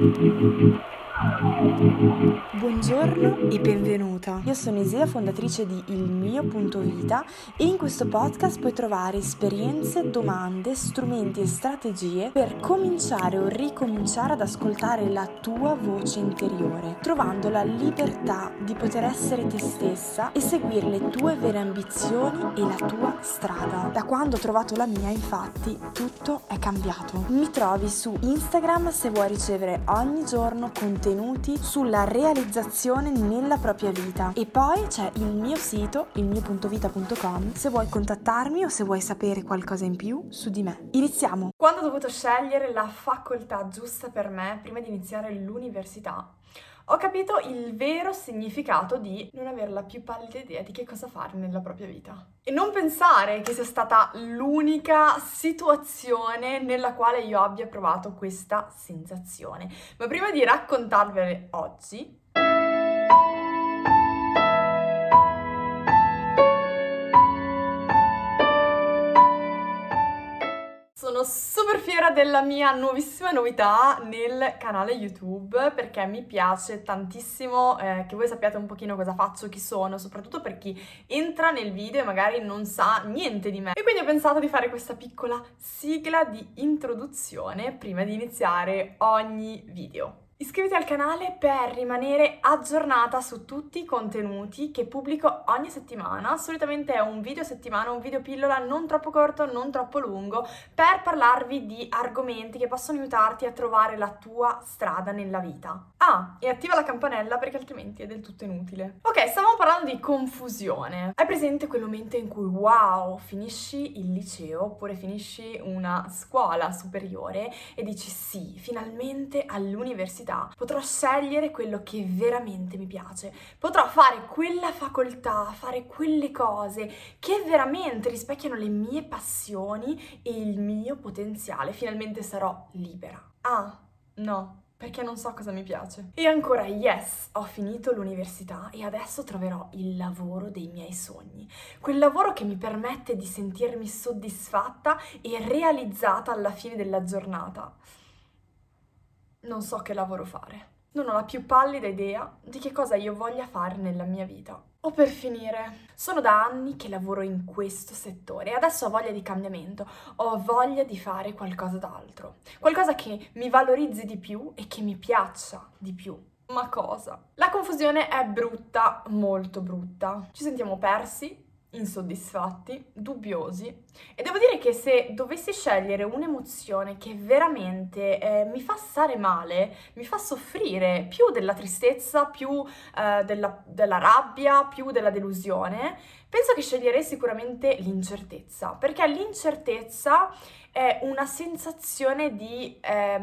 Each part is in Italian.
Buongiorno e benvenuta. Io sono Isia, fondatrice di Il Mio Punto Vita, e in questo podcast puoi trovare esperienze, domande, strumenti e strategie per cominciare o ricominciare ad ascoltare la tua voce interiore, trovando la libertà di poter essere te stessa e seguire le tue vere ambizioni e la tua strada. Da quando ho trovato la mia, infatti, tutto è cambiato. Mi trovi su Instagram se vuoi ricevere ogni giorno contenuti sulla realizzazione nella propria vita, e poi c'è il mio sito, ilmio.vita.com, se vuoi contattarmi o se vuoi sapere qualcosa in più su di me. Iniziamo! Quando ho dovuto scegliere la facoltà giusta per me prima di iniziare l'università, ho capito il vero significato di non avere la più pallida idea di che cosa fare nella propria vita. E non pensare che sia stata l'unica situazione nella quale io abbia provato questa sensazione. Ma prima di raccontarvele oggi, sono super fiera della mia nuovissima novità nel canale YouTube, perché mi piace tantissimo che voi sappiate un pochino cosa faccio, chi sono, soprattutto per chi entra nel video e magari non sa niente di me. E quindi ho pensato di fare questa piccola sigla di introduzione prima di iniziare ogni video. Iscriviti al canale per rimanere aggiornata su tutti i contenuti che pubblico ogni settimana. Solitamente è un video a settimana, un video pillola non troppo corto, non troppo lungo, per parlarvi di argomenti che possono aiutarti a trovare la tua strada nella vita. Ah, e attiva la campanella perché altrimenti è del tutto inutile. Ok, stavamo parlando di confusione. Hai presente quel momento in cui, wow, finisci il liceo oppure finisci una scuola superiore e dici sì, finalmente all'università potrò scegliere quello che veramente mi piace, potrò fare quella facoltà, fare quelle cose che veramente rispecchiano le mie passioni e il mio potenziale, finalmente sarò libera. Ah, no, perché non so cosa mi piace. E ancora, yes, ho finito l'università e adesso troverò il lavoro dei miei sogni, quel lavoro che mi permette di sentirmi soddisfatta e realizzata alla fine della giornata. Non so che lavoro fare. Non ho la più pallida idea di che cosa io voglia fare nella mia vita. O per finire, sono da anni che lavoro in questo settore e adesso ho voglia di cambiamento, ho voglia di fare qualcosa d'altro, qualcosa che mi valorizzi di più e che mi piaccia di più. Ma cosa? La confusione è brutta, molto brutta. Ci sentiamo persi, insoddisfatti, dubbiosi, e devo dire che se dovessi scegliere un'emozione che veramente mi fa stare male, mi fa soffrire più della tristezza, più della rabbia, più della delusione, penso che sceglierei sicuramente l'incertezza, perché l'incertezza è una sensazione di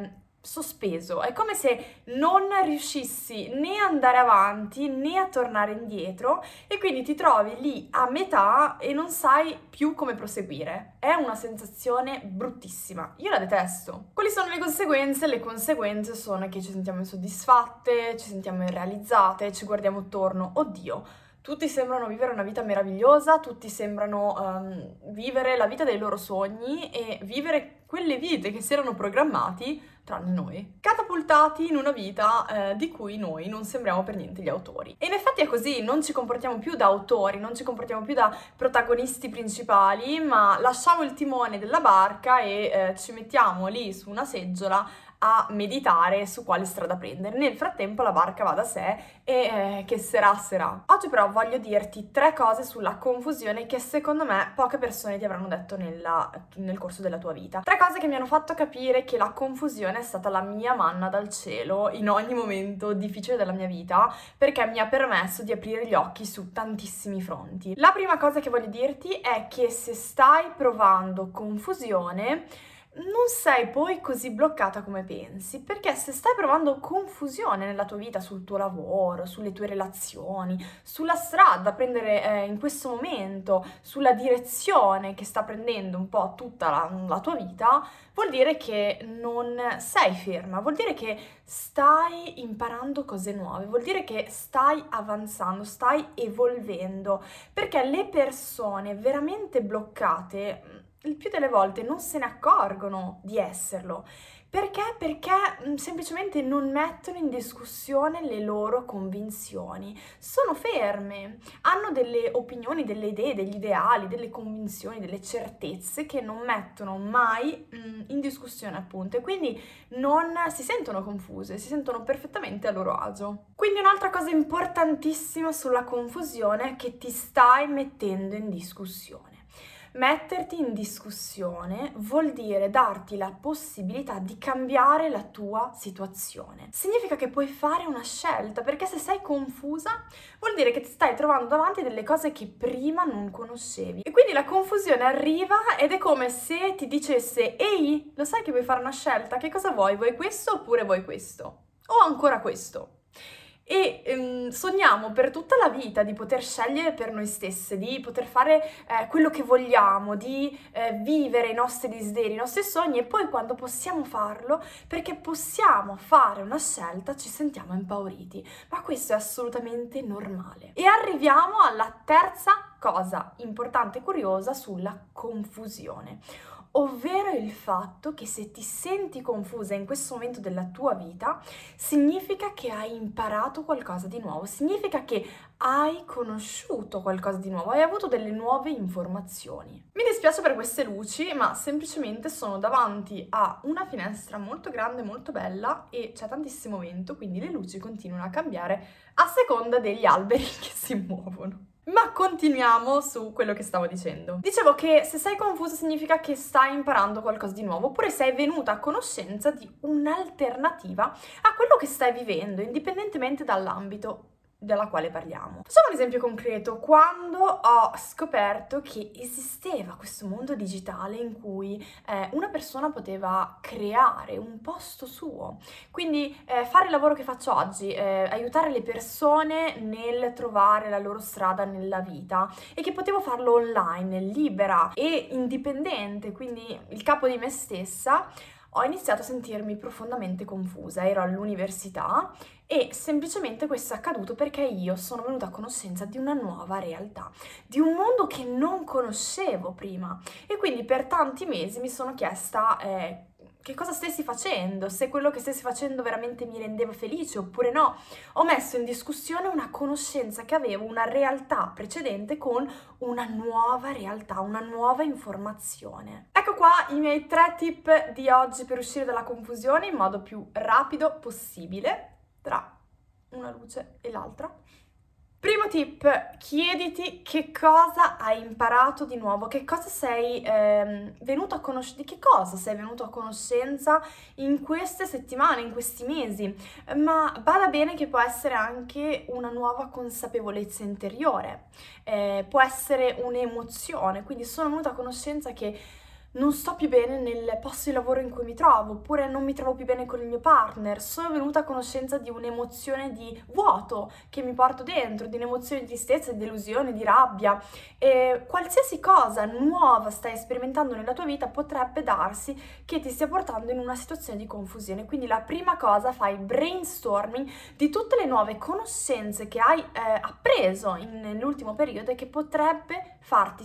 sospeso, è come se non riuscissi né a andare avanti né a tornare indietro e quindi ti trovi lì a metà e non sai più come proseguire. È una sensazione bruttissima, io la detesto. Quali sono le conseguenze? Le conseguenze sono che ci sentiamo insoddisfatte, ci sentiamo irrealizzate, ci guardiamo attorno, oddio, tutti sembrano vivere una vita meravigliosa, tutti sembrano vivere la vita dei loro sogni e vivere quelle vite che si erano programmati, tranne noi, catapultati in una vita di cui noi non sembriamo per niente gli autori. E in effetti è così, non ci comportiamo più da autori, non ci comportiamo più da protagonisti principali, ma lasciamo il timone della barca e ci mettiamo lì su una seggiola a meditare su quale strada prendere. Nel frattempo la barca va da sé e che sarà sarà. Oggi però voglio dirti 3 cose sulla confusione che secondo me poche persone ti avranno detto nel corso della tua vita. 3 cose che mi hanno fatto capire che la confusione è stata la mia manna dal cielo in ogni momento difficile della mia vita, perché mi ha permesso di aprire gli occhi su tantissimi fronti. La prima cosa che voglio dirti è che se stai provando confusione, non sei poi così bloccata come pensi, perché se stai provando confusione nella tua vita, sul tuo lavoro, sulle tue relazioni, sulla strada da prendere in questo momento, sulla direzione che sta prendendo un po' tutta la tua vita, vuol dire che non sei ferma, vuol dire che stai imparando cose nuove, vuol dire che stai avanzando, stai evolvendo, perché le persone veramente bloccate il più delle volte non se ne accorgono di esserlo. Perché? Perché semplicemente non mettono in discussione le loro convinzioni, sono ferme, hanno delle opinioni, delle idee, degli ideali, delle convinzioni, delle certezze che non mettono mai in discussione, appunto, e quindi non si sentono confuse, si sentono perfettamente a loro agio. Quindi un'altra cosa importantissima sulla confusione è che ti stai mettendo in discussione. Metterti in discussione vuol dire darti la possibilità di cambiare la tua situazione. Significa che puoi fare una scelta, perché se sei confusa vuol dire che ti stai trovando davanti delle cose che prima non conoscevi. E quindi la confusione arriva ed è come se ti dicesse: ehi, lo sai che vuoi fare una scelta? Che cosa vuoi? Vuoi questo oppure vuoi questo? O ancora questo? E sogniamo per tutta la vita di poter scegliere per noi stesse, di poter fare quello che vogliamo, di vivere i nostri desideri, i nostri sogni, e poi quando possiamo farlo, perché possiamo fare una scelta, ci sentiamo impauriti. Ma questo è assolutamente normale. E arriviamo alla terza cosa importante e curiosa sulla confusione, ovvero il fatto che se ti senti confusa in questo momento della tua vita, significa che hai imparato qualcosa di nuovo, significa che hai conosciuto qualcosa di nuovo, hai avuto delle nuove informazioni. Mi dispiace per queste luci, ma semplicemente sono davanti a una finestra molto grande, molto bella, e c'è tantissimo vento, quindi le luci continuano a cambiare a seconda degli alberi che si muovono. Ma continuiamo su quello che stavo dicendo. Dicevo che se sei confusa significa che stai imparando qualcosa di nuovo, oppure sei venuta a conoscenza di un'alternativa a quello che stai vivendo, indipendentemente dall'ambito della quale parliamo. Facciamo un esempio concreto. Quando ho scoperto che esisteva questo mondo digitale in cui una persona poteva creare un posto suo, quindi fare il lavoro che faccio oggi, aiutare le persone nel trovare la loro strada nella vita, e che potevo farlo online, libera e indipendente, quindi il capo di me stessa, ho iniziato a sentirmi profondamente confusa. Ero all'università e semplicemente questo è accaduto perché io sono venuta a conoscenza di una nuova realtà, di un mondo che non conoscevo prima, e quindi per tanti mesi mi sono chiesta che cosa stessi facendo, se quello che stessi facendo veramente mi rendeva felice oppure no. Ho messo in discussione una conoscenza che avevo, una realtà precedente con una nuova realtà, una nuova informazione. Ecco qua i miei 3 tip di oggi per uscire dalla confusione in modo più rapido possibile tra una luce e l'altra. Primo tip: chiediti che cosa hai imparato di nuovo, che cosa sei venuto a di che cosa sei venuto a conoscenza in queste settimane, in questi mesi, ma bada bene che può essere anche una nuova consapevolezza interiore, può essere un'emozione, quindi sono venuta a conoscenza che non sto più bene nel posto di lavoro in cui mi trovo, oppure non mi trovo più bene con il mio partner, sono venuta a conoscenza di un'emozione di vuoto che mi porto dentro, di un'emozione di tristezza, di delusione, di rabbia. E qualsiasi cosa nuova stai sperimentando nella tua vita potrebbe darsi che ti stia portando in una situazione di confusione. Quindi la prima cosa, fai brainstorming di tutte le nuove conoscenze che hai appreso nell'ultimo periodo e che potrebbero farti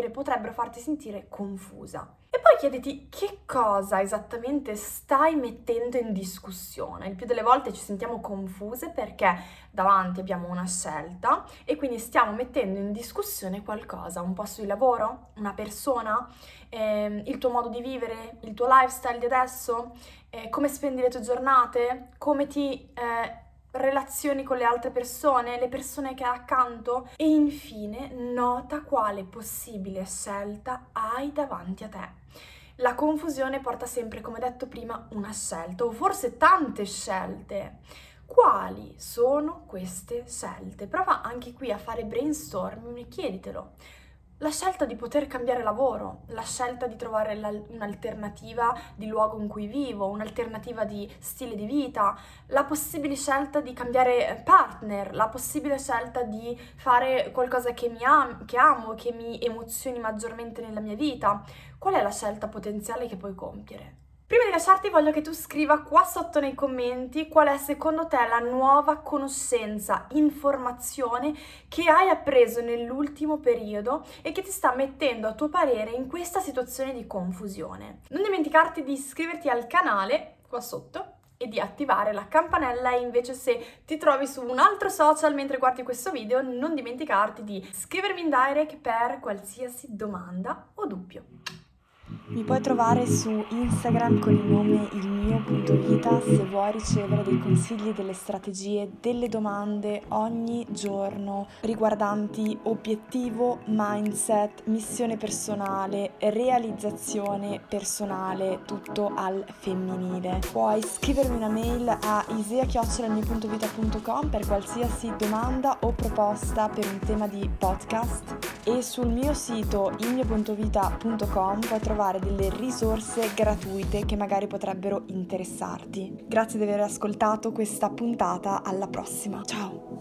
sentire confusa. E poi chiediti che cosa esattamente stai mettendo in discussione. Il più delle volte ci sentiamo confuse perché davanti abbiamo una scelta e quindi stiamo mettendo in discussione qualcosa, un posto di lavoro, una persona, il tuo modo di vivere, il tuo lifestyle di adesso, come spendi le tue giornate, come ti relazioni con le altre persone, le persone che hai accanto, e infine nota quale possibile scelta hai davanti a te. La confusione porta sempre, come detto prima, una scelta o forse tante scelte. Quali sono queste scelte? Prova anche qui a fare brainstorming e chieditelo. La scelta di poter cambiare lavoro, la scelta di trovare un'alternativa di luogo in cui vivo, un'alternativa di stile di vita, la possibile scelta di cambiare partner, la possibile scelta di fare qualcosa che amo, che mi emozioni maggiormente nella mia vita. Qual è la scelta potenziale che puoi compiere? Prima di lasciarti voglio che tu scriva qua sotto nei commenti qual è secondo te la nuova conoscenza, informazione che hai appreso nell'ultimo periodo e che ti sta mettendo a tuo parere in questa situazione di confusione. Non dimenticarti di iscriverti al canale qua sotto e di attivare la campanella, e invece se ti trovi su un altro social mentre guardi questo video non dimenticarti di scrivermi in direct per qualsiasi domanda o dubbio. Mi puoi trovare su Instagram con il nome ilmio.vita se vuoi ricevere dei consigli, delle strategie, delle domande ogni giorno riguardanti obiettivo, mindset, missione personale, realizzazione personale, tutto al femminile. Puoi scrivermi una mail a isea@ilmio.vita.com per qualsiasi domanda o proposta per un tema di podcast, e sul mio sito ilmio.vita.com puoi trovare delle risorse gratuite che magari potrebbero interessarti. Grazie di aver ascoltato questa puntata, alla prossima. Ciao!